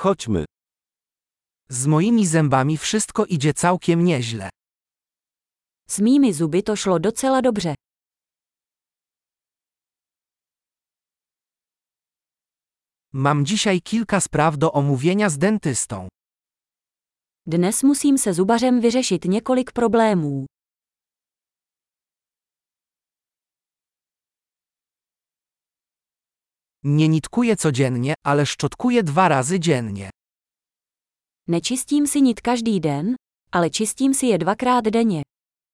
Chodźmy. Z moimi zębami wszystko idzie całkiem nieźle. S mými zuby to šlo docela dobře. Mam dzisiaj kilka spraw do omówienia z dentystą. Dnes musím se zubařem vyřešit několik problémů. Nie nitkuję codziennie, ale szczotkuję 2 razy dziennie. Nečistím si nit každý den, ale čistím si je 2krát denně.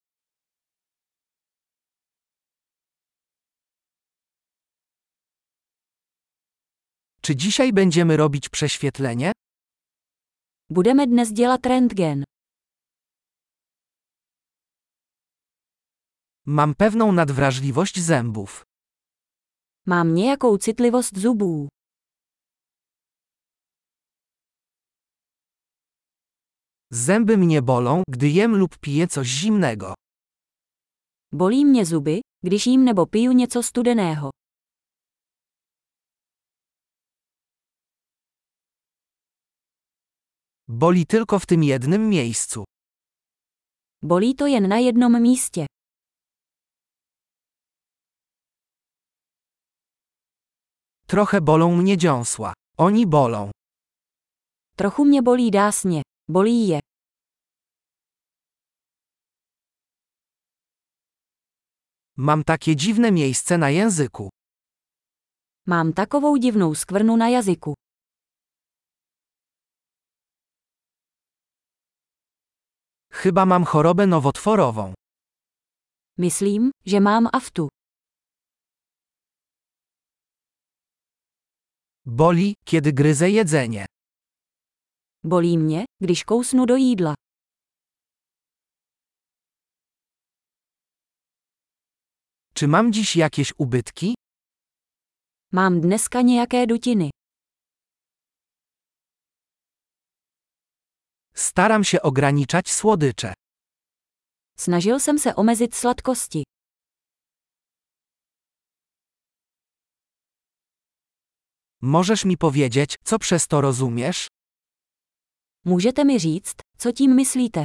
Czy dzisiaj będziemy robić prześwietlenie? Budeme dnes dělat rentgen. Mam pewną nadwrażliwość zębów. Mám nějakou citlivost zubů. Zęby mnie bolą, gdy jem lub piję coś zimnego. Bolí mě zuby, když jím nebo piju něco studeného. Boli tylko w tym jednym miejscu. Bolí to jen na jednom místě. Trochę bolą mnie dziąsła. Oni bolą. Trochu mě bolí dásně. Bolí je. Mam takie dziwne miejsce na języku. Mám takovou divnou skvrnu na jazyku. Chyba mam chorobę nowotworową. Myslím, že mám aftu. Boli, kiedy gryzę jedzenie. Bolí mě, když kousnu do jídla. Czy mam dziś jakieś ubytki? Mám dneska nějaké dutiny. Staram się ograniczać słodycze. Snažil jsem se omezit sladkosti. Możesz mi powiedzieć, co przez to rozumiesz? Můžete mi říct, co tím myslíte?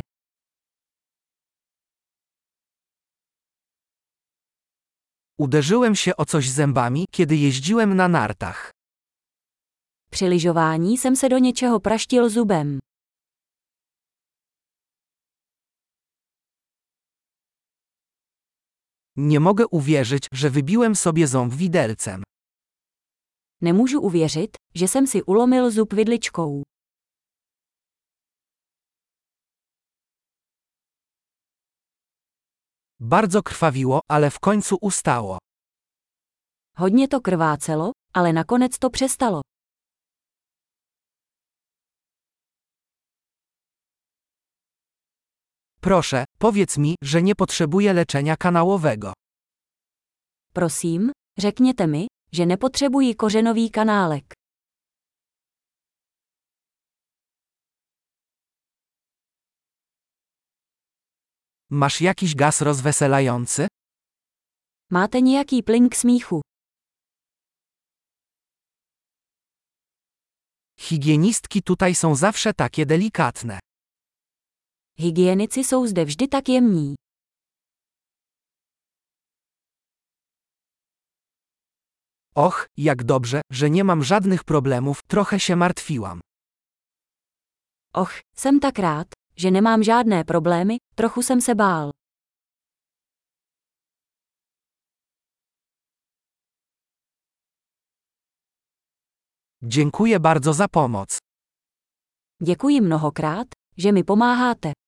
Uderzyłem się o coś zębami, kiedy jeździłem na nartach. Při lyžování jsem se do něčeho praštil zubem. Nie mogę uwierzyć, że wybiłem sobie ząb widelcem. Nemůžu uvěřit, že jsem si ulomil zub vidličkou. Bardzo krwawiło, ale w końcu ustało. Hodně to krvácelo, ale nakonec to přestalo. Proszę, powiedz mi, że nie potrzebuję leczenia kanałowego. Prosím, řekněte mi, že nepotřebuji kořenový kanálek. Masz jakiś gaz rozweselający? Máte nějaký plyn k smíchu? Higienistki tutaj są zawsze takie delikatne. Hygienici jsou zde vždy tak jemní. Och, jak dobrze, że nie mam żadnych problemów, trochę się martwiłam. Och, jsem tak rád, že nemám žádné problémy, trochu jsem se bál. Dziękuję bardzo za pomoc. Děkuji mnohokrát, že mi pomáháte.